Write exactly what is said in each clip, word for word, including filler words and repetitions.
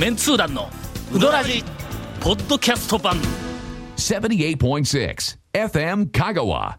メンツー団のウドラジポッドキャスト版ななじゅうはちてんろく エフエム 香川。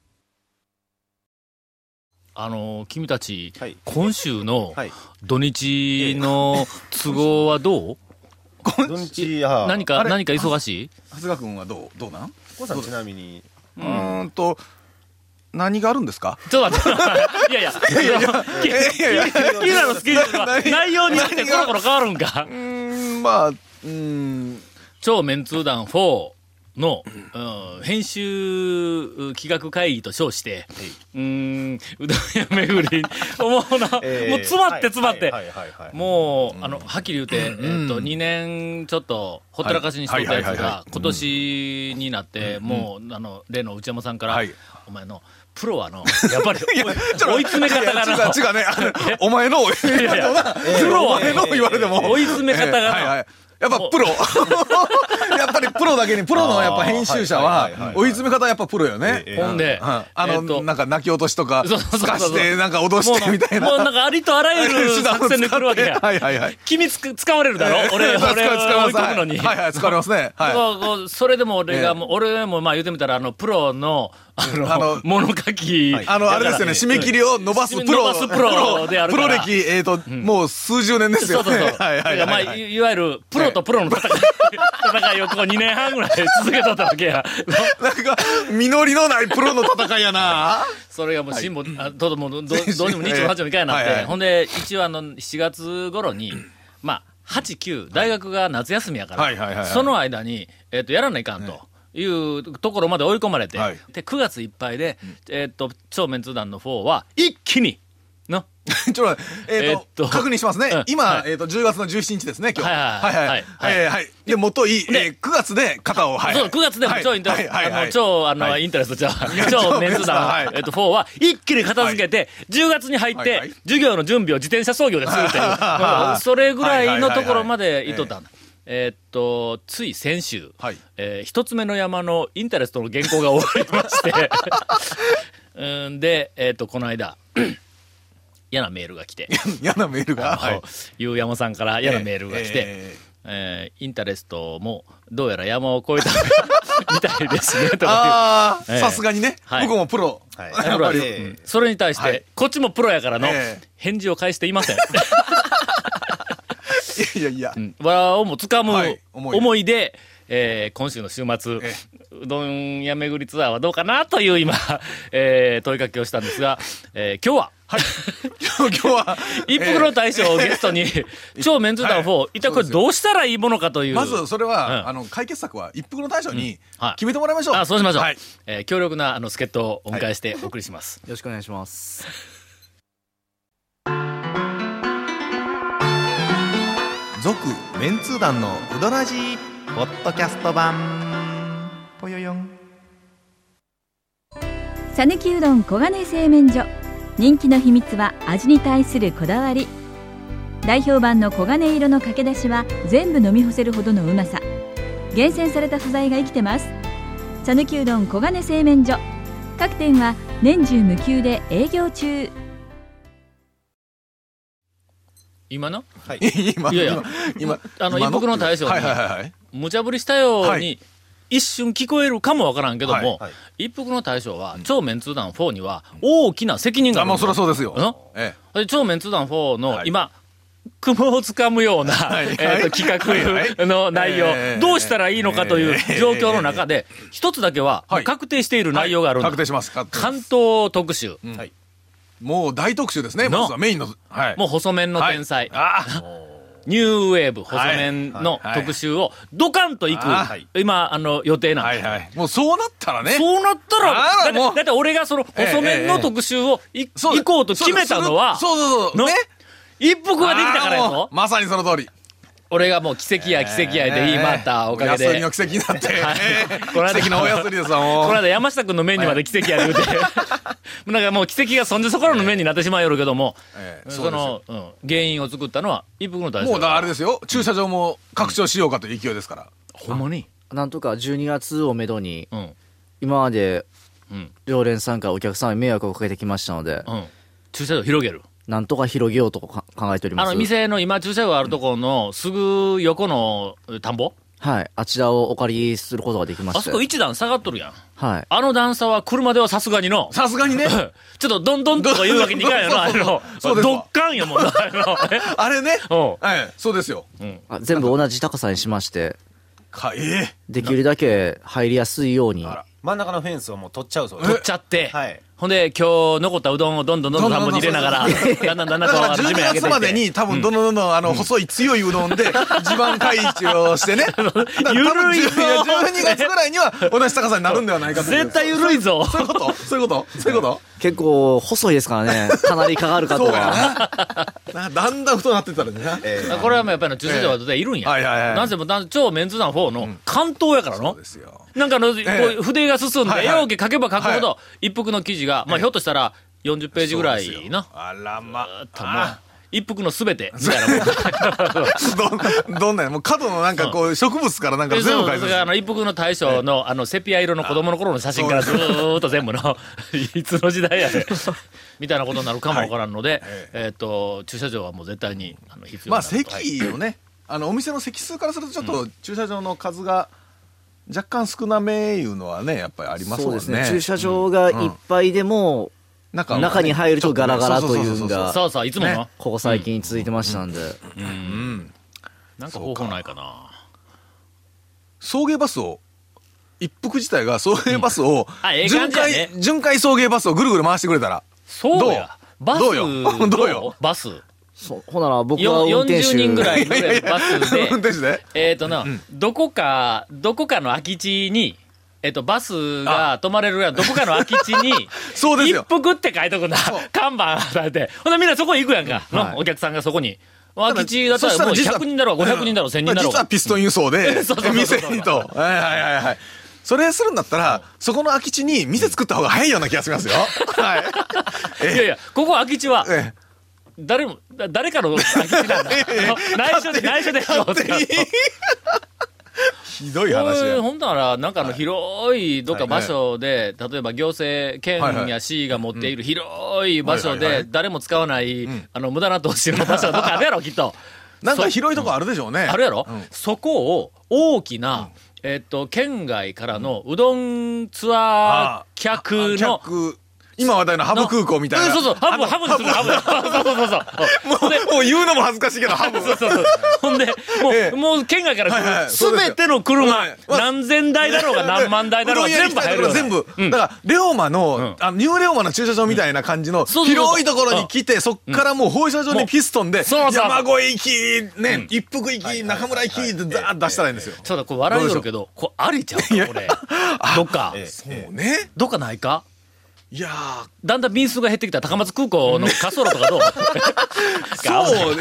あの君たち、 はい、 今週の土日の都合はどう？ 土日は何か何か忙しい？ 長谷川君はどうどうなん？ コウさんちなみにうーんと何があるんですか？ ちょっと待っていやいやいやいや君らのスケジュールは内容によってコロコロ変わるんか？ うーんまあうーん超メンツー団フォーの、うん、編集企画会議と称して、うーん、うどん屋巡り、もうな、 えー、 もう詰まって詰まって、 はいはいはいはい、 もう、うん、あの、はっきり言うて、うん、えっと、にねんちょっと、ほったらかしにしとったやつが、今年になって、うん、もう、あの、例の内山さんから、はい、お前の、プロはの、やっぱり追い詰め方がな。 違う違うね、お前の、いやいやプロはの言われても。 追い詰め方がな。はいはい、 やっぱプロやっぱりプロだけにプロのやっぱ編集者は追い詰め方やっぱプロよね。 ほんであのなんか泣き落としとかすかしてなんか脅してみたいな、 もうなんかありとあらゆる作戦で来るわけや。はいはいはい。君使われるだろ。俺俺追い込むのに。 はいはい使われますね。 はい。それでも俺が俺もまあ言ってみたらあのプロのあの物書きあのあれですよね、締め切りを伸ばすプロプロであるから。 プロ歴えっともう数十年ですよね。 そうそうそう。はいはいはい。まあいわゆるプロとプロの戦い戦いをこうにねんはんぐらい続けとったわけや。 なんか実りのないプロの戦いやな。 それがもう辛抱、あどうもどうどうにもにちもはちもいかんようになって、ほんで一応あのしがつ頃にまあはち、きゅう大学が夏休みやから、その間にえっとやらないかんと。いうところまで追い込まれて、はい、でくがついっぱいで、うん、えー、っと超メンツ団のフォーは一気にのちょっと、えーっと、えー、っと確認しますね、うん、今、はい、えー、っとじゅうがつのじゅうしちにちですね今日。はいはいはいはいはい、はい、でもとい、えー、くがつで肩を、はい、 そうくがつでも超インタレスト、あの超あの、はい、インタレストじゃ超メンツ団、はい、えー、っとフォーは一気に片付けて、はい、じゅうがつに入って、はい、授業の準備を自転車操業でするという、はい、それぐらいのところまでいっとったんだ。えー、っとつい先週、はい、えー、一つ目の山のインタレストの原稿が終わりましてうんで、えー、っとこの間嫌なメールが来て嫌なメールが、 はい、いう山さんから嫌なメールが来て、えーえー、インタレストもどうやら山を越えたみたいですねとかいう、さすがにね、はい、僕もプロ、はい、 やっぱり、うん、それに対して、はい、こっちもプロやからの、えー、返事を返していませんいやいや、 うん、わをもつかむ思いで、えー、今週の週末、うどん屋巡りツアーはどうかなという今、えー、問いかけをしたんですが、えー、今日は、 はい、今日は一服の大将をゲストに、えー、超メンツ団フォー、はい、一体これどうしたらいいものかという。 まずそれは、うん、あの解決策は一服の大将に決めてもらいましょう。 うんはい、あそうしましょう、はい、えー、強力なあの助っ人をお迎えしてお送りします、 はい、よろしくお願いします。 続メンツー団のウドラジーポッドキャスト版ぽよよん。 さぬきうどん黄金製麺所、人気の秘密は味に対するこだわり。代表版の黄金色のかけだしは全部飲み干せるほどのうまさ。厳選された素材が生きてます。さぬきうどん黄金製麺所、各店は年中無休で営業中。 今の、 はい、今いやいや今あの一服の大将に、はいはいはい、無茶ぶりしたように、はい、一瞬聞こえるかもわからんけども、はいはい、一服の大将は、うん、超メンツ団フォーには大きな責任がある。 あ、まあそりゃそうですよ、 ええ、超メンツ団フォーの、はい、今雲をつかむような、はいえー、と企画の内容、えー、どうしたらいいのかという状況の中で、えー、一つだけは、はい、確定している内容があるんだ、 はい、確定します。 関東特集、うん、はい、 もう大特集ですね。まずはメインの、 はい、もう細麺の天才、はい、あニューウェーブ細麺の特集をドカンといく、はい、今あの予定なんです、はいはい、 もうそうなったらね、 そうなったらだって、だって俺がその細麺の特集をい、ええええ、行こうと決めたのはそうそうそうね、 一服ができたからやぞ。 まさにその通り。 俺がもう奇跡や奇跡やで言い回ったおかげで、 安売りの奇跡になって、はい、この間奇跡の大安売りですわ。もうこの間山下君の面にまで奇跡やで言うて、はい、なんかもう奇跡がそんでそこらの面になってしまうよるけども、えー、そのそ、うん、原因を作ったのは一服の大将。 もうだあれですよ、駐車場も拡張しようかという勢いですから、 うん、ほんまになんとかじゅうにがつをめどに、うん、今まで、うん、常連さんからお客さんに迷惑をかけてきましたので、 うん、駐車場広げるなんとか広げようとか考えております。 あの、店の今駐車場があるところのすぐ横の田んぼ、 はい。あちらをお借りすることができまして。 あそこ一段下がっとるやん。 はい。 あの段差は車ではさすがにの。 さすがにね。 ちょっとどんどんとか言うわけにいかんやろ、あの。どっかんやもんな、あの。 あれね。はい。そうですよ。 あ全部同じ高さにしまして。 か、ええ。 できるだけ入りやすいように。 真ん中のフェンスをもう取っちゃうそう取っちゃって。 はい。 ほんで、今日残ったうどんをどんどんどんどん田んぼに入れながら、だんだんだんだんこう、 じゅうにがつまでに多分どんどんどんどん、あの、細い強いうどんで、地盤回収をしてね。 ゆるいぞ。じゅうにがつぐらいには同じ高さになるんではないかと。 絶対ゆるいぞ。 そういうことそういうことそういうこと結構細いですからね。かなりかかるかとは。 だんだん太なってったらね。 これはもうやっぱり駐車場はいるんや。なんせも超メンツ団フォーの関東やからの。そうですよ。なんかあの、筆が進んで、絵を書けば書くほど、一服の記事が、まあひょっとしたらよんじゅっページぐらいの。 あらま。 ともう、一服のすべて、みたいなもん。 ど、どんなもう角のなんかこう、植物からなんか全部書いてる。 あの、一服の大将の、あの、セピア色の子供の頃の写真からずーっと全部の、いつの時代やで、みたいなことになるかもわからんので、えっと、駐車場はもう絶対に、あの、必要な。 まあ席をね、あの、お店の席数からするとちょっと駐車場の数が、若干少なめいうのはね、やっぱりありますもんね。 そうですね。駐車場がいっぱいでも、中に入るとガラガラというのが、 そうそう、いつもの。 ここ最近続いてましたんで。 うん。なんか方法ないかな。 送迎バスを、一服自体が送迎バスを、巡回、巡回送迎バスをぐるぐる回してくれたら。 そうや。バス、 どうよ。どうよ。 バス。 そう。ほなら僕は運転手。 よんじゅうにんぐらい乗れるバスで。 運転手でえっとな、どこか、どこかの空き地に、えっと、バスが止まれるやん、どこかの空き地に、 そうですよ。 一服って書いとくんだ。看板されて。ほんでみんなそこに行くやんか。のお客さんがそこに。空き地だったらもうひゃくにんだろうがごひゃくにんだろうがせんにんだろうが。 実はピストン輸送で、店にと。はいはいはいはい。それするんだったら、そこの空き地に店作った方が早いような気がしますよ。はい。 いやいや、ここ空き地は、誰も、誰かの空き地なんだ。内緒で、内緒で。 ひどい話や。 ほんなら、なんかあの広いどっか場所で、例えば行政、県や市が持っている広い場所で、誰も使わない、あの、無駄な投資の場所がどっかあるやろ、きっと。 なんか広いとこあるでしょうね。 あるやろそこを大きな、えっと、県外からのうどんツアー客の、 今話題のハブ空港みたいな。 そうそう、ハブ、ハブでする、ハブ。そうそうそうそう。もう言うのも恥ずかしいけど、ハブ。 そうそうそう。ほんで、もう、もう県外から来る、すべての車、何千台だろうが何万台だろうが全部入る。 全部。だから、龍馬の、あの、ニュー龍馬の駐車場みたいな感じの、広いところに来て、そっからもう放射状にピストンで、山越行き、ね、一服行き、中村行きってザーッ出したらいいんですよ。 ちょっとこれ笑いよるけど、これありちゃうか、これ。どっか。 そうね。 どっかないかいやー。 だんだん便数が減ってきた高松空港の滑走路とかどうそう、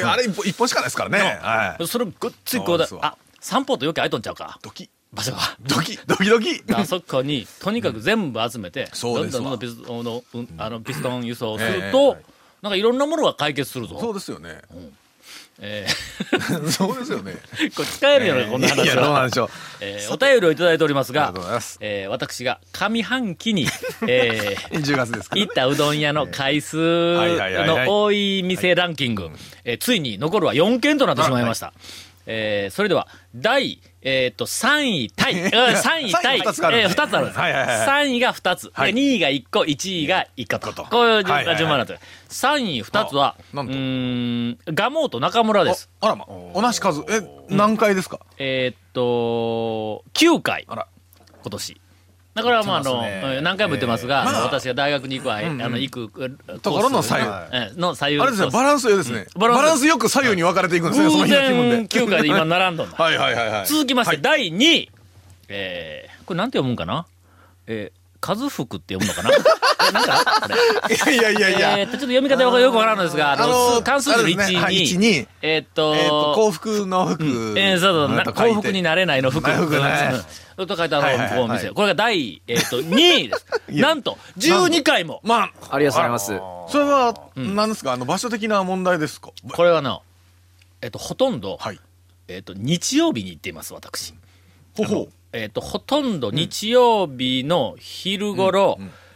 あれ一本しかないですからね。はい。 それごっついこうだ、あ、散歩とよく空いとんちゃうか。 ドキ。 場所が。 ドキ、ドキドキ。 あそこに、とにかく全部集めて、 どんどんどんピストンの、あの、ピストン輸送すると、なんかいろんなものが解決するぞ。 そうですよね。 えー、そうですよね。 これ使えるよね、えー、こんな話は。 いや、どうなんでしょう。 えー、お便りをいただいておりますが、 ありがとうございます。 えー、私が上半期に、えー、じゅうがつですか、 ね、行ったうどん屋の回数の多い店ランキング、えー、ついに残るはよんけんとなってしまいました。はい、えー、それでは、第、えっと、さんいタイ、さんいタイ、ふたつあるんです。さんいがふたつ、はい、にいがいっこ、いちいがいっこ。こういう順番になってる。さんいふたつは、うーん、ガモーと中村です。 あらま、同じ数。え、何回ですか？ えっと、きゅうかい。今年。だから、まあ、あの、何回も言ってますが、私が大学に行く、あの、行く、 ところの左右。の左右。 あれですね、バランスよですね。バランスよく左右に分かれていくんですね、その日の気分で。 きゅうかいで今並んどんだ。 はいはいはいはい。 続きまして、だいにい。えー、これなんて読むんかな？えー、和福って読むのかな？なんかいやいやいや。 えーっと、ちょっと読み方がよくわからないんですが、あの、関数のいちに、えっと、 幸福の福。 えー、そうそう、幸福になれないの福。福ね。と書いてあるのを見せる。これが第、えっと、にいです。なんと、じゅうにかいも。 まあ、ありがとうございます。 それは、何ですか？あの、場所的な問題ですか？ これはな、えっと、ほとんど、えっと、日曜日に行っています、私。 ほほう。 えっと、ほとんど日曜日の昼頃、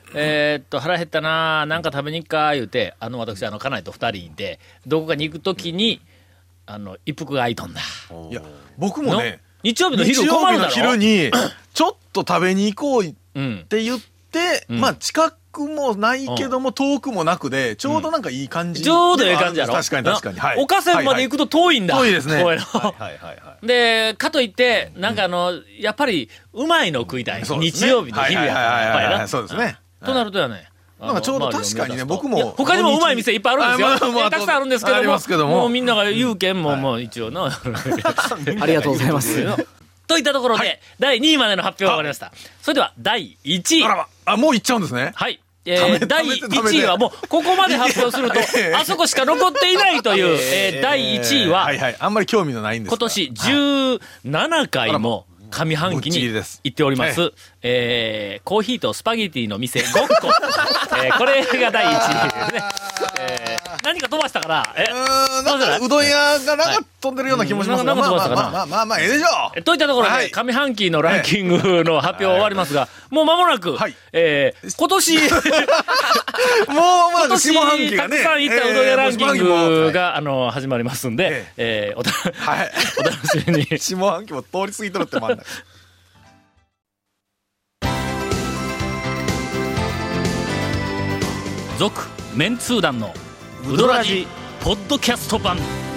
えー、っと、腹減ったな、なんか食べに行くか、言うて、あの、私、あの、家内と二人いて、どこかに行くときに、あの、一服が空いとんだ。 いや、僕もね、 日曜日の昼困るだろ。 日曜日の昼に、ちょっと食べに行こうって言って、うん、まあ、近くもないけども、遠くもなくで、ちょうどなんかいい感じ。 ちょうどいい感じやろ。 確かに確かに。 はい、岡線まで行くと遠いんだ。 はいはい、遠いですね。 はいはいはい。で、かといって、なんかあの、やっぱり、うまいの食いたい。ね、日曜日の昼やから、やっぱりな。 そうですね。 となるとやね。 なんかちょうど確かにね、僕も。 他にもうまい店いっぱいあるんですよ。まあまあ、たくさんあるんですけども。 ますけどももうみんなが言うけんも、もう一応な。 ありがとうございます。 といったところで、はい、だいにいまでの発表が終わりました。それでは、だいいちい。 あらま、あ、もういっちゃうんですね。 はい。えー、だいいちいはもう、ここまで発表すると、あそこしか残っていないという、えー、だいいちいは、 はいはい、あんまり興味のないんですが今年じゅうななかいも、上半期に行っております、えー、コーヒーとスパゲティの店ごっこ、えー、これがだいいちいですね、えー、何か飛ばしたからえうーんなんかうどん屋がなんか飛んでるような気もしますが、まあまあまあまあまあまあええでしょう。 といったところで上半期のランキングの発表終わりますが、もう間もなく、はい、えー、今年もう間もなく下半期がね、 たくさんいったうどん屋ランキングが、あの始まりますんで、えー、おた、はい、お楽しみに。 下半期も通り過ぎとるってもあるんだ。 続メンツー団のウドラジポッドキャスト版。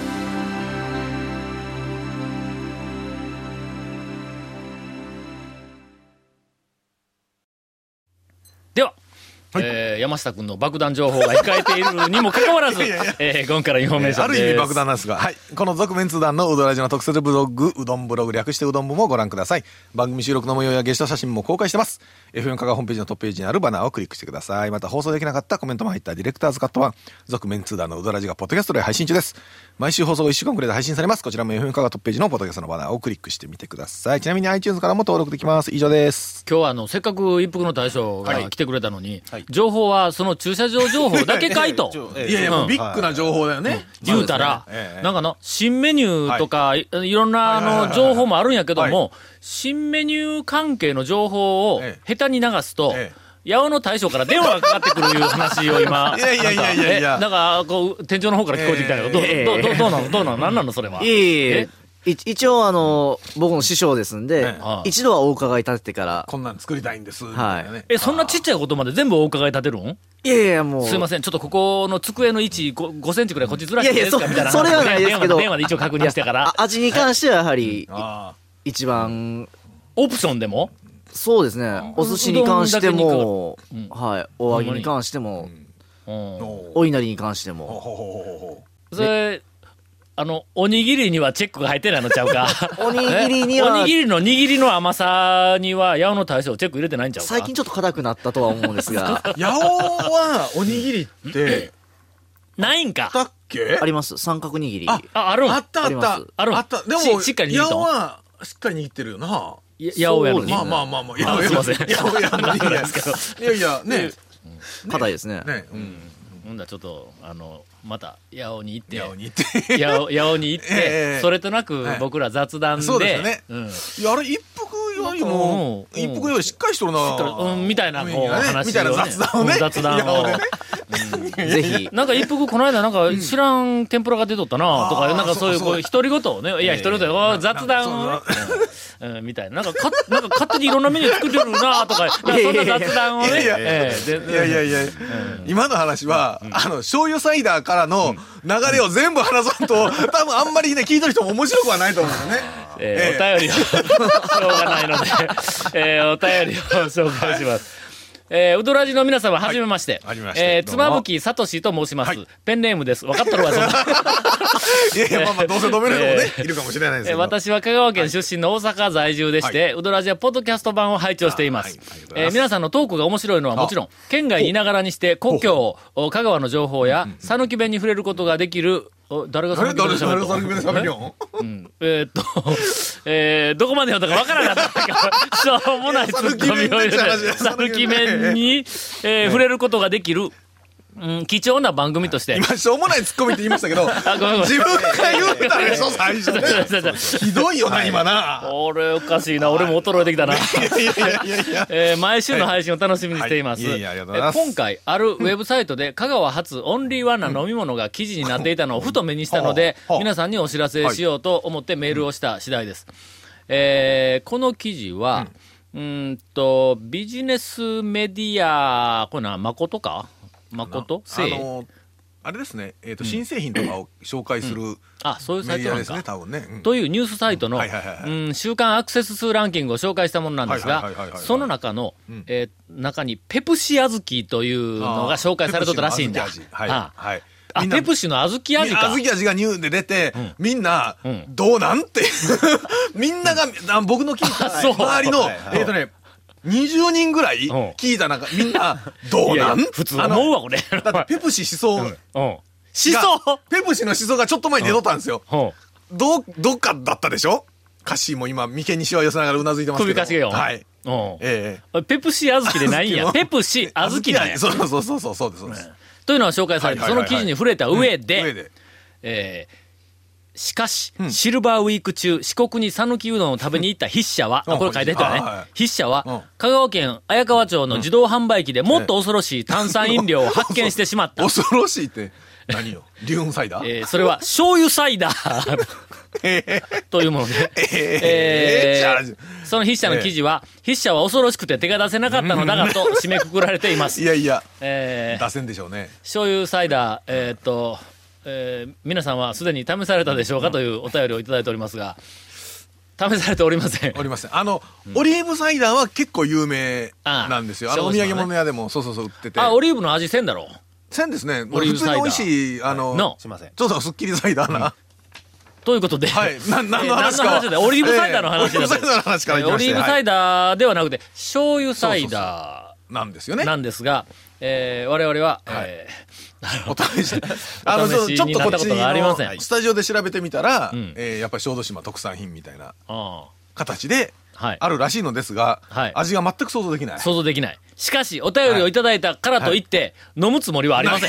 では、はい、えー、山下君の爆弾情報が控えているにもかかわらず、いやいや、えー、ゴンからインフォメーションです。 ある意味爆弾なんですが、はい、この続メンツ団のうどらじの特設ブログ、うどんブログ略してうどん部もご覧ください。番組収録の模様やゲスト写真も公開してます。エフエム 香川ホームページのトップページにあるバナーをクリックしてください。また放送できなかったコメントも入ったディレクターズカット版、続メンツ団のうどらじがポッドキャストで配信中です。毎週放送いっしゅうかんくらいで配信されます。こちらも エフエム 香川トップページのポッドキャストのバナーをクリックしてみてください。ちなみに iTunes からも登録できます。以上です。 今日はあのせっかく一服の大将が来てくれたのに、はい、情報はその駐車場情報だけかいといやいや、もうビッグな情報だよね、 うん、言うたら、ね、なんかの新メニューとか、はい、いろんなあの情報もあるんやけども、はい、新メニュー関係の情報を下手に流すと、ええ八尾の大将から電話がかかってくるいう話を今、 いやいやいやいやいや、 なんかこう店長の方から聞こえてきたけど、えー、どうどうどうなのどうなの何なのそれは。 いえいえ、一応あの僕の師匠ですんで、はい、一度はお伺い立ててからこんなん作りたいんです、 はい、 ね、 えそんなちっちゃいことまで全部お伺い立てるん？ いやいやもうすいません、ちょっとここの机の位置 5, ごセンチくらいこっちずらしていいですかみたいな。 それはないですけど、 電話で一応確認してから。 味に関してはやはり一番オプションでもそうですね、お寿司に関しても、うん、はい、お揚げに関しても、うん、お稲荷に関しても、 それあのおにぎりにはチェックが入ってないのちゃうか。 おにぎりにはおにぎりの握りの甘さには八尾の大将チェック入れてないんちゃうか。 最近ちょっと硬くなったとは思うんですが。 八尾はおにぎりってないんか。 あったっけ？ あります。三角握り。 あ、あるん。 あったあったあるん。 あった。でもしっかり握ると。 八尾はしっかり握ってるよな。 八尾やのに。 まあまあまあまあ。 八尾すいません。 八尾やのにですけど。いやいやね。 硬いですね。 ね。うん。 ほんだちょっとあのまた八尾に行って八尾に行って八尾八尾に行ってそれとなく僕ら雑談で。 そうですね。いやあれ一服よりも一服よりしっかりしとるな。 うんみたいなこう話みたいな雑談をね。 雑談を。 ぜひ。 なんか一服この間なんか知らん天ぷらが出とったなとかなんかそういうこう独り言をね、いや独り言よ雑談をみたいななんかかなんか勝手にいろんなメニュー作ってるなとかそんな雑談をね。いやいやいや今の話はあの醤油サイダーからの流れを全部話そうと多分あんまりね聞いてる人も面白くはないと思うんですよね。 えー、お便りをしょうがないので、えー、お便りを紹介します。えー、うどらじの皆様はじめまして、はい、えー、妻夫木聡と申します、はい、ペンネームです。分かっとるわそんな。いやいやまあまあどうせ止めるのもね、えー、いるかもしれないですけど、 えー、私は香川県出身の大阪在住でして、はい、うどらじはポッドキャスト版を拝聴しています。はい、えー、皆さんのトークが面白いのはもちろん県外にいながらにして故郷香川の情報や讃岐弁に触れることができる。誰が讃岐弁で喋るの？誰が讃岐弁で喋るの？うん、えー、っと、えー、どこまでやったかわからなかったけど、しょうもないツッコミを入れて、讃岐弁に、えー、触れることができるうん、貴重な番組として。 今、しょうもないツッコミって言いましたけど、自分が言ったでしょ、最初ね。ひどいよな、今な。 俺おかしいな、俺も衰えてきたな。えー、毎週の配信を楽しみにしています。今回、あるウェブサイトで、香川発オンリーワンな飲み物が記事になっていたのをふと目にしたので、皆さんにお知らせしようと思ってメールをした次第です。えー、この記事は、うん、うんと、ビジネスメディア、これな、誠か誠あのあれですね、えーとうん、新製品とかを紹介する、うん、 あそういうサイトなんですね、 多分ね、うん、 というニュースサイトの週間アクセス数ランキングを紹介したものなんですが、その中の、うんえー、中にペプシ小豆というのが紹介されとったらしいんだ。はいはい、あペプシの小豆味か。 小豆味がニューで出て、うん、みんな、うん、どうなんってみんなが僕の聞いた周りの、えーとねにじゅうにんぐらい聞いた中、みんな、どうなん？いやいや普通思うわ、これ。 だってペプシ思想。 うん。思想ペプシの思想がちょっと前に出とったんですよ。うん。ど、どっかだったでしょ？歌詞も今、眉間にしわ寄せながらうなずいてますけど。 首かしげよ。 はい。 うん。ええ。ペプシ小豆でないんや。ペプシ小豆なんや。 そうそうそうそう、そうです、そうです。 というのが紹介されて、その記事に触れた上で、上で、えー、しかし、うん、シルバーウィーク中、四国に讃岐うどんを食べに行った筆者は、うん、これ書いてあったよね。はい、筆者は、うん、香川県綾川町の自動販売機でもっと恐ろしい炭酸飲料を発見してしまった。 恐ろしいって何よリュウンサイダー、 えー、それは醤油サイダーというもので、えーえー、その筆者の記事は、筆者は恐ろしくて手が出せなかったのだがと締めくくられています。 いやいや、えー、出せんでしょうね。 醤油サイダー、えー、っと、えー、皆さんはすでに試されたでしょうかというお便りをいただいておりますが、試されておりません。 おりません。あの、うん、オリーブサイダーは結構有名なんですよ。あ, あのお土産物屋でもそうそうそう売ってて。 あ、オリーブの味せんだろう。 せんですね。オリーブサイダー。普通に美味しい、あの、 のすいません。ちょっとスッキリサイダーな。うん、 ということで、 はい、な何の話か、えー、何の話でオリーブサイダーの話だ、えー、オリーブサイダーの話からいきまして、 オリーブサイダーではなくて、はい、醤油サイダーそうそうそうなんですよね。 なんですが、えー、我々は、はい、えー、お試しあのちょっとこっちのスタジオで調べてみたら、うん、えー、やっぱり小豆島特産品みたいな形であるらしいのですが、はい、味が全く想像できない。 想像できない。しかしお便りをいただいたからといって、はい、飲むつもりはありません。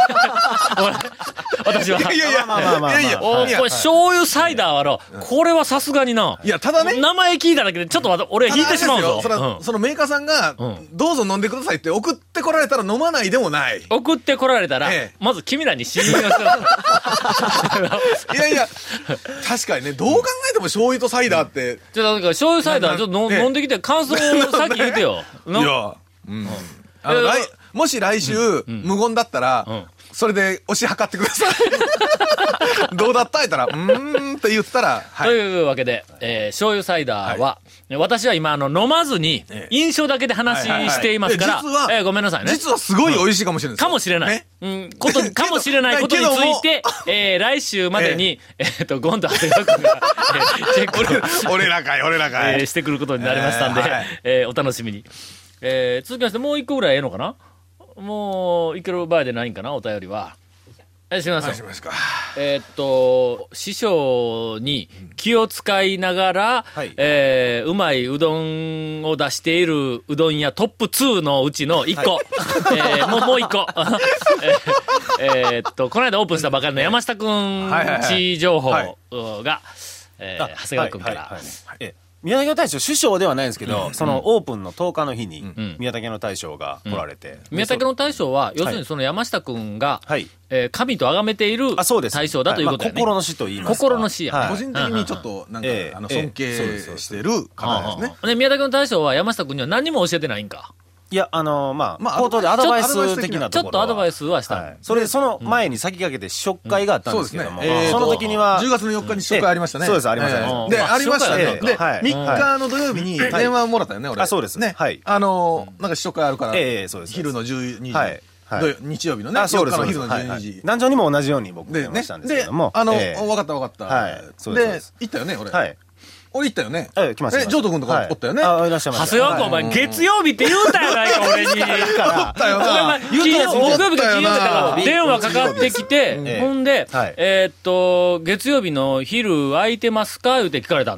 私は。 いやいやいや、まあまあまあ、いやいや、 これ醤油サイダーはの、これはさすがにな。 いや、ただね、 名前聞いただけでちょっと俺引いてしまうぞ。 その、うん、そのメーカーさんが、うん、どうぞ飲んでくださいって送ってこられたら飲まないでもない。 送ってこられたら、ええ、まず君らに信用する。 いやいや、確かにね、どう考えても醤油とサイダーって。 じゃあ、なんか醤油サイダーちょっと飲んできて感想をさっき言うてよ。 いや、うん。あの、来、もし来週、うん、無言だったら、うん、それで押し量ってください。どうだった言ったら、うーんって言ったら、 はい、というわけで、えー、醤油サイダーは、はい、私は今、あの、飲まずに、印象だけで話していますから、実は、えー、ごめんなさいね。 実はすごい美味しいかもしれないです。 かもしれない。ね、うん、こと、かもしれないことについて、えー、来週までに、えー、っと、ゴンと長谷川君が、えー、チェック俺らかい、俺らかい、 えー。してくることになりましたんで、えーはい、えー、お楽しみに。えー、続きまして、もう一個ぐらいええのかな？もう、いける場合でないんかな、お便りは。えー、すみません。 しますか。 えー、っと、師匠に気を使いながら、うん、えー、うまいうどんを出しているうどん屋トップにのうちのいっこ。はい、えー、もう、もういっこ。えー、えー、っと、この間オープンしたばかりの山下くんち情報が、はいはいはい、えー、長谷川くんから。はいはいはいはい、 宮崎の大将、首相ではないんですけど、うん、そのオープンのとおかの日に、うん、宮崎の大将が来られて。うん、 宮崎の大将は、要するにその山下くんが、はい、えー、神と崇めている大将だということだよね。 まあ、心の師と言いますか。 心の師や、 はい。個人的にちょっと、なんか、えー、あの尊敬してる方ですね。 で、宮崎の大将は山下くんには何も教えてないんか。 いや、あのー、まあ、まあ、口頭でアドバイス的なところは。 ちょっとアドバイスはした。はい、 それで、その前に先駆けて試食会があったんですけども、うんうん、そ, ねえー、その時には。 じゅうがつのよっかに試食会ありましたね。 そうです、ありましたね。 えー、で、ありましたね。で、はい、みっかの土曜日に電話をもらったよね、俺。 あ、そうですね。 はい。あのー、なんか試食会あるから、 ええ、そうです。 昼のじゅうにじ。 はい。 はい、日曜日のね、 あ、そうです。 よっかの昼のじゅうにじ。 南城にも同じように僕電話したんですけども。 で、あの、わかったわかった。 はい。 で、行ったよね、俺。はい。俺行ったよね。 ええ、来ました。 え、ジョート君とかおったよね。 あ、いらっしゃいました。 長谷川君、お前、月曜日って言うたやないか、俺に。 おったよな。 金曜、木曜日か金曜日か電話かかってきて、ほんで、えっと、月曜日の昼空いてますか言うて聞かれたんだ。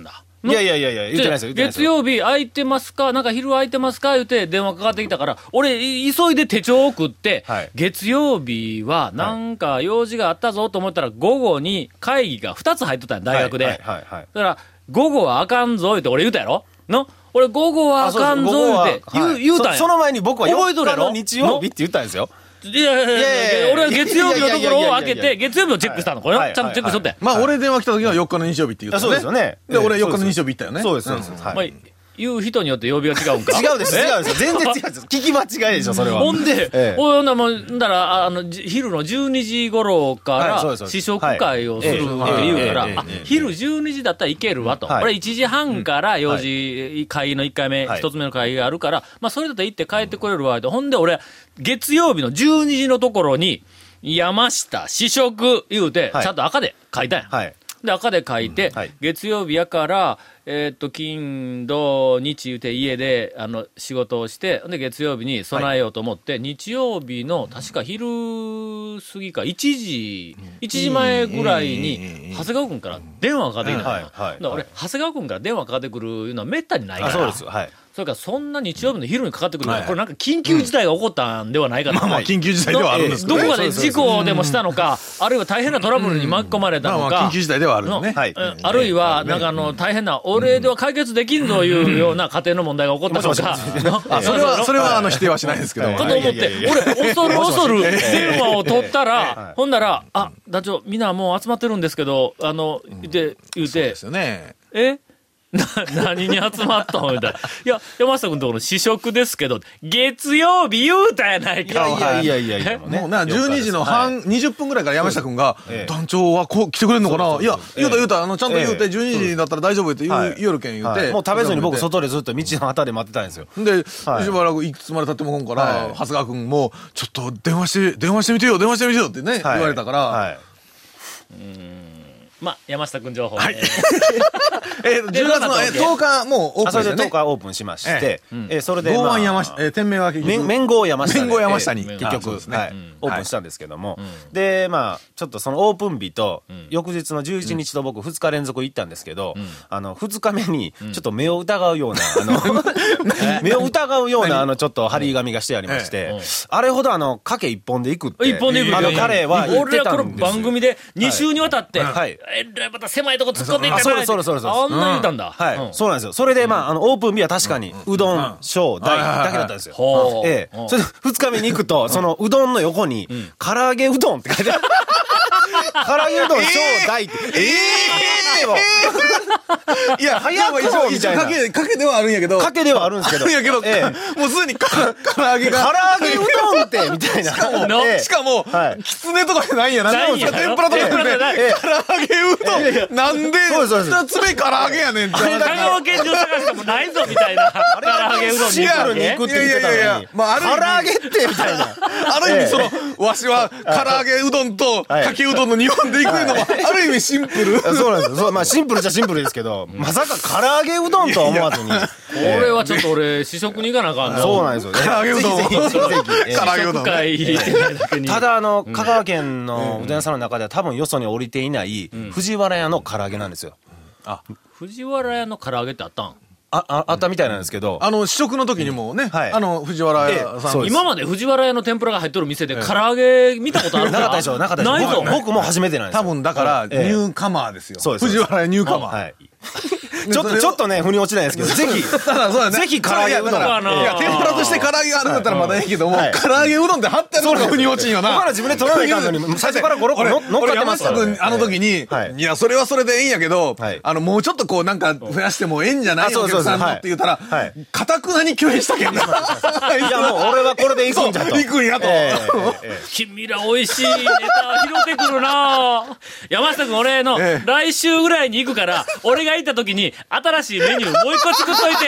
いやいやいやいや、言ってないですよ。 月曜日空いてますか、なんか昼空いてますか言って電話かかってきたから、俺、急いで手帳を送って、はい、月曜日はなんか用事があったぞと思ったら、午後に会議がふたつ入っとったん大学で。はいはいはいはい、だから、午後はあかんぞ言って俺言うたやろの俺午後はあかんぞ言うて言う、はい、言うたんや。 その前に僕はよっかの日曜日って言ったんですよ。 いやいやいやいや、俺は月曜日のところを開けて、月曜日をチェックしたの。これちゃんとチェックしとって。 まあ、俺電話来た時はよっかの日曜日って言ったね。 そうですよね。 で、俺よっかの日曜日行ったよね。 そうです、そうです。 まあ、言う人によって曜日が違うんか。 違うです、違うです。全然違うんです。聞き間違いでしょ、それは。 ほんで、ほんなもんだら、あの、昼のじゅうにじ頃から試食会をするって言うから、あ、昼じゅうにじだったらいけるわと。これいちじはんからよじ、会議のいっかいめ、ひとつめの会議があるから、まあ、それだったら行って帰ってくれるわ。ほんで、俺、月曜日のじゅうにじのところに、山下試食言うて、ちゃんと赤で書いたんや。はい。で、赤で書いて、うんはい、月曜日やから、えー、っと、金、土、日言うて家で、あの、仕事をして、で、月曜日に備えようと思って、はい、日曜日の、確か昼過ぎか、いちじ、いちじまえぐらいに、長谷川君から電話がかかってきたんや。はいはい、だから俺、長谷川君から電話かかってくるいうのはめったにないから。 そうです。はい。 それからそんな日曜日の昼にかかってくるのは、これなんか緊急事態が起こったんではないかと、 まあまあ緊急事態ではあるんですけど、 どこかで事故でもしたのか、あるいは大変なトラブルに巻き込まれたのか、 まあ緊急事態ではあるんですね。 あるいはなんかあの大変な俺では解決できんというような家庭の問題が起こったのか、 それはそれはあの否定はしないですけど、 かと思って俺恐る恐る電話を取ったら、ほんならあ団長みんなもう集まってるんですけどあの言って言うてえな、何に集まったのみたいな。いや、山下君のところの試食ですけど、月曜日言うたやないか。 いやいやいやいや、 もうな、じゅうにじの半、にじゅっぷんぐらいから山下君が、団長はこう来てくれるのかな、いや、言うた言うた、あの、ちゃんと言うて、じゅうにじだったら大丈夫って言う、言うるけん言うて。 もう食べずに僕外でずっと道の旗で待ってたんですよ。 で、しばらくいくつまで経ってもほんから、長谷川君も、ちょっと電話して、電話してみてよ、電話してみてよってね、言われたから。 うん。まあ、山下君情報。 はい。えー、じゅうがつのとおか、もうオープンしてね。 それでとおかオープンしまして、え、それで、 剛腕山下、え、店名は結局。麺号山下。 麺号山下に。 結局、はい、オープンしたんですけども。で、まあ、ちょっとそのオープン日と、翌日のじゅういちにちと僕ふつか連続行ったんですけど、あの、ふつかめに、ちょっと目を疑うような、あの、目を疑うような、あの、ちょっと張り紙がしてありまして、あれほどあの、かけ一本で行くって。 一本で行く。 あの、彼は言ってたんですよ。 俺はこの番組でに週にわたって、はい。えらいまた狭いとこ突っ込んでいってくれって。 そうそうそう。 あんな言うたんだ。 はい。そうなんですよ。それで、まあ、あの、オープン日は確かに、うどん、小、大だけだったんですよ。ええ。それで、二日目に行くと、その、うどんの横に、唐揚げうどんって書いてある。唐揚げうどん、小、大って。ええでも。 いや、早くもみたいな。かけ、かけではあるんやけど。 かけではあるんですけど。 あるんやけど、もうすでに唐揚げが。 唐揚げうどんって、みたいな。 しかも、きつねとかじゃないんやな。天ぷらとかじゃなくて、唐揚げうどん。なんで、二つ目唐揚げやねんって。 香川県中探してもないぞ、みたいな。唐揚げうどんにシアルに行くって言ってたのに。まあ、唐揚げって、みたいな。 ある意味、その、わしは、唐揚げうどんと、かけうどんの日本で行くのも、ある意味シンプル。 そうなんですよ。まあ、シンプルじゃシンプルですけど、まさか唐揚げうどんとは思わずに。これはちょっと俺、試食に行かなあかんな。 そうなんですよね。 唐揚げうどん。唐揚げうどん。ただ、あの、香川県のうどん屋さんの中では多分よそに降りていない、藤原屋の唐揚げなんですよ。 あ、藤原屋の唐揚げってあったんあ、あ、あったみたいなんですけど。 あの、試食の時にもね、あの、藤原屋さん。 今まで藤原屋の天ぷらが入っとる店で唐揚げ見たことあるかなかったでしょ、なかったでしょ。 ないぞ。 僕も初めてなんですよ。 多分だから、ニューカマーですよ。そうです。藤原屋ニューカマー。はい。 ちょっと、ちょっとね、腑に落ちないですけど、ぜひ、ぜひ唐揚げうどん。 いや、天ぷらとして唐揚げがあるんだったらまだいいけども、唐揚げうどんって貼ってあるのが腑に落ちんよな。 僕ら自分で取らないかんのに、最初からゴロゴロ乗っかってますから。 山下君、あの時に、いや、それはそれでいいんやけど、あの、もうちょっとこう、なんか増やしてもええんじゃないお客さんのって言ったら、かたくなに拒否したけんな。 いや、もう俺はこれで行くんじゃと。 行くんやと。 君ら美味しいネタ拾ってくるな山下君、俺の来週ぐらいに行くから、俺が行った時に新しいメニューもう一個作っといて。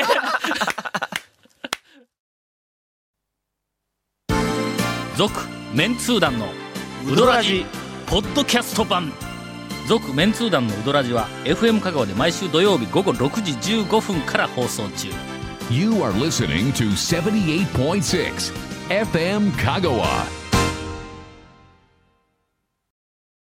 続メンツー団のウドラジポッドキャスト版。続メンツー団のウドラジは エフエム 香川で毎週土曜日午後ろくじじゅうごふんから放送中。 You are listening to seventy-eight point six エフエム 香川。